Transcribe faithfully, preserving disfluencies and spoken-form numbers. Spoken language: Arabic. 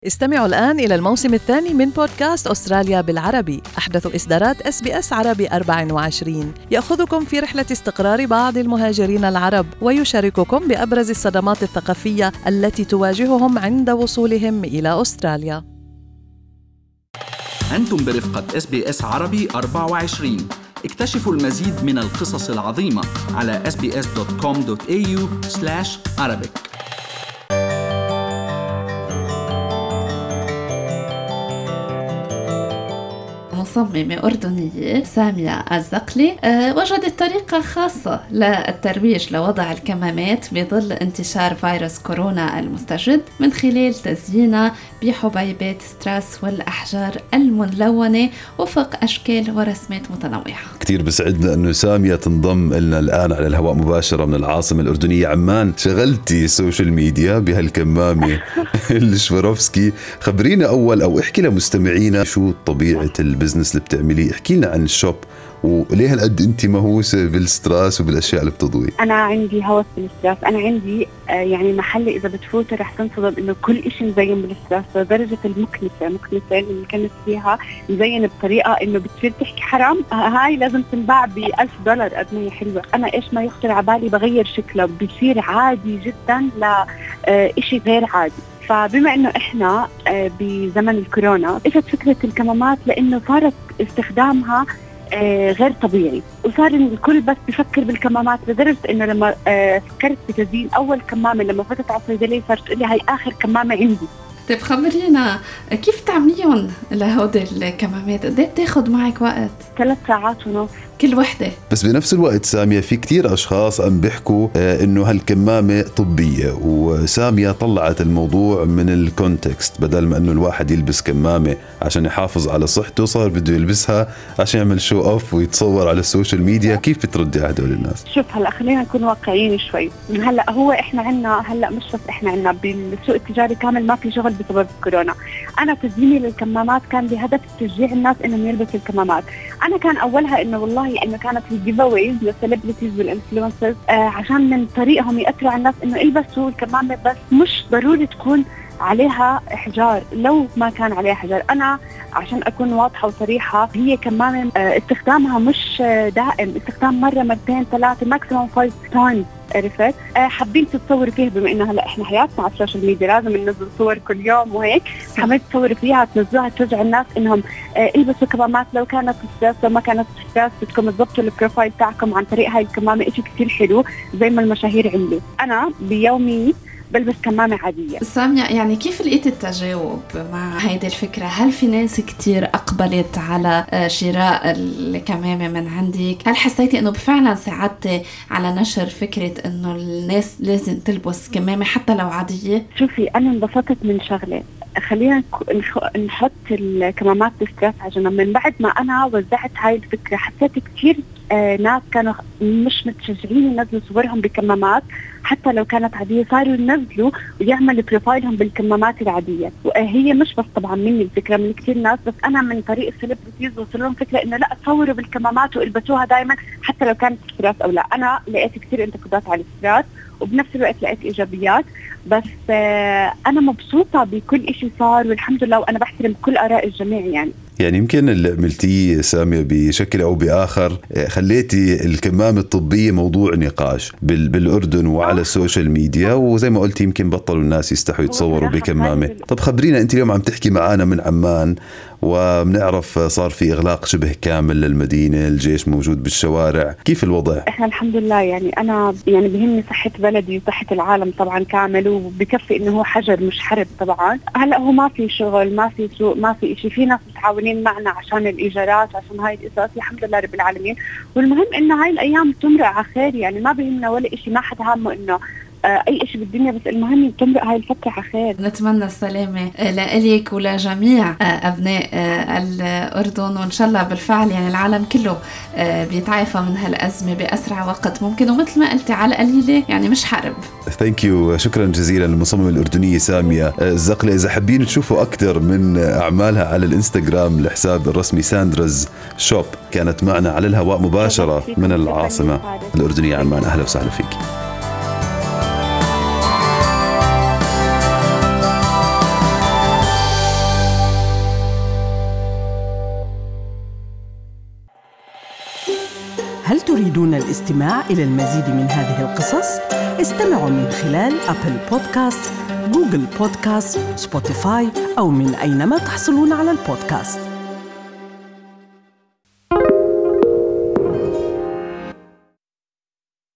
استمعوا الآن إلى الموسم الثاني من بودكاست أستراليا بالعربي، أحدث إصدارات إس بي إس عربي أربعة وعشرين، يأخذكم في رحلة استقرار بعض المهاجرين العرب ويشارككم بأبرز الصدمات الثقافية التي تواجههم عند وصولهم إلى أستراليا. أنتم برفقة إس بي إس عربي أربعة وعشرين. اكتشفوا المزيد من القصص العظيمة على إس بي إس دوت كوم دوت إيه يو سلاش عربيك. مصممة أردنية سامية الزقلي أه وجدت طريقة خاصة للترويج لوضع الكمامات بظل انتشار فيروس كورونا المستجد من خلال تزيينها بحبيبات ستراس والأحجار الملونة وفق أشكال ورسمات متنوعة. كتير بسعدنا أنه سامية تنضم لنا الآن على الهواء مباشرة من العاصمة الأردنية عمان. شغلتي سوشيال ميديا بهالكمامة الشواروفسكي. خبرينا أول أو احكي لمستمعينا شو طبيعة البزنس اللي بتعمليه. احكي لنا عن الشوب وليه هالقد انت مهووسه بالستراس وبالاشياء اللي بتضوي. انا عندي هوس بالستراس. انا عندي آه يعني محل اذا بتفوتوا رح تنصدم انه كل شيء مزين بالستراس لدرجه المكنسه مكنسه اللي كانت فيها مزين بطريقه انه بتصير تحكي حرام هاي لازم تنباع بألف دولار قد ما هي حلوه. انا ايش ما يخطر على بالي بغير شكله بيصير عادي جدا لشيء غير عادي. فبما انه احنا بزمن الكورونا اجت فكره الكمامات لانه صارت استخدامها غير طبيعي وصار الكل بس بيفكر بالكمامات لدرجه انه لما فكرت بتزيين اول كمامه لما فتت على الصيدليه صارت تقول لي هاي اخر كمامه عندي. طيب خبرينا كيف تعمليهم لهودي الكمامات؟ قد ايه بتاخد معك وقت؟ ثلاث ساعات ونص كل وحدة. بس بنفس الوقت سامية في كتير أشخاص عم بيحكوا إنه هالكمامة طبية، وسامية طلعت الموضوع من الكونتكست. بدل ما إنه الواحد يلبس كمامة عشان يحافظ على صحته صار بده يلبسها عشان يعمل شو أوف ويتصور على السوشيال ميديا. كيف بتردي على هدول الناس؟ شوف هلأ خلينا نكون واقعيين شوي. هلأ هو إحنا عنا هلأ مش بس إحنا عنا بالسوق التجاري كامل ما في شغل بسبب الكورونا. أنا تزييني للكمامات كان بهدف تشجيع الناس إنهم يلبسوا الكمامات. أنا كان أولها إنه والله إنه كانت الجيف أويز للسليبرتيز والإنفلونسرز آه عشان من طريقهم يأثروا على الناس إنه يلبسوا الكمامة، بس مش ضروري تكون عليها حجار. لو ما كان عليها حجار أنا عشان أكون واضحة وصريحة هي كمامة آه استخدامها مش آه دائم، استخدام مرة مرتين ثلاثة ماكسيموم فايف تايمز. عرفت آه حابين تتصوروا فيها بما إنه هلا إحنا حياتنا على السوشيال ميديا لازم ننزل صور كل يوم وهيك. حابين تصوروا فيها تنزلوها تشجع الناس إنهم آه يلبسوا كمامات. لو كانت ستراس لو ما كانت ستراس بدكم تضبطوا البروفايل تاعكم عن طريق هاي الكمامة. إشي كتير حلو زي ما المشاهير عملوا. أنا بيومي بلبس كمامة عادية. سامية يعني كيف لقيت التجاوب مع هيدي الفكرة؟ هل في ناس كتير أقبلت على شراء الكمامة من عندك؟ هل حسيتي أنه فعلا ساعدتي على نشر فكرة أنه الناس لازم تلبس كمامة حتى لو عادية؟ شوفي أنا انبسطت من شغلة. خلينا نحط الكمامات بستراس على جنب. من بعد ما أنا وزعت هاي الفكرة حسيت كتير آه ناس كانوا مش متشجعين ينزلوا صورهم بكمامات حتى لو كانت عادية، صاروا ينزلوا ويعملوا بروفايلهم بالكمامات العادية. وهي مش بس طبعا مني الفكرة من كتير ناس، بس أنا من طريق السليبرتيز وصلهم فكرة إنه لا تصوروا بالكمامات والبسوها دايما حتى لو كانت ستراس أو لا. أنا لقيت كتير انتقادات على الستراس وبنفس الوقت لقيت إيجابيات، بس آه أنا مبسوطة بكل إشي صار والحمد لله، وأنا بحترم كل آراء الجميع. يعني يعني يمكن اللي عملتيه سامية بشكل أو بآخر خليتي الكمامة الطبية موضوع نقاش بالأردن وعلى السوشيال ميديا، وزي ما قلت يمكن بطلوا الناس يستحوا يتصوروا بكمامة. طب خبرينا أنت اليوم عم تحكي معانا من عمان وبنعرف صار في إغلاق شبه كامل للمدينة، الجيش موجود بالشوارع، كيف الوضع؟ إحنا الحمد لله يعني أنا يعني بهمني صحة بلدي وصحة العالم طبعا كامل، وبكفي إنه هو حجر مش حرب طبعا. هلأ هو ما في شغل ما في سوق ما في إشي، في ناس متعاونين معنا عشان الإيجارات عشان هاي القصص الحمد لله رب العالمين. والمهم إنه هاي الأيام تمرق على خير، يعني ما بهمنا ولا إشي، ما حد هامه إنه أي إشي بالدنيا، بس المهم تمرق هاي الفترة على خير. نتمنى السلامة لإلك ولجميع أبناء الأردن، وإن شاء الله بالفعل يعني العالم كله بيتعافى من هالأزمة بأسرع وقت ممكن، ومثل ما قلتي على قليلة يعني مش حرب. ثانك يو، شكرا جزيلا للمصممة الأردنية سامية الزقلي. إذا حابين تشوفوا أكثر من أعمالها على الإنستغرام الحساب الرسمي ساندراز شوب. كانت معنا على الهواء مباشرة من العاصمة الأردنية عمان. أهلا وسهلا فيك. هل تريدون الاستماع إلى المزيد من هذه القصص؟ استمعوا من خلال أبل بودكاست، جوجل بودكاست، سبوتيفاي أو من أينما تحصلون على البودكاست.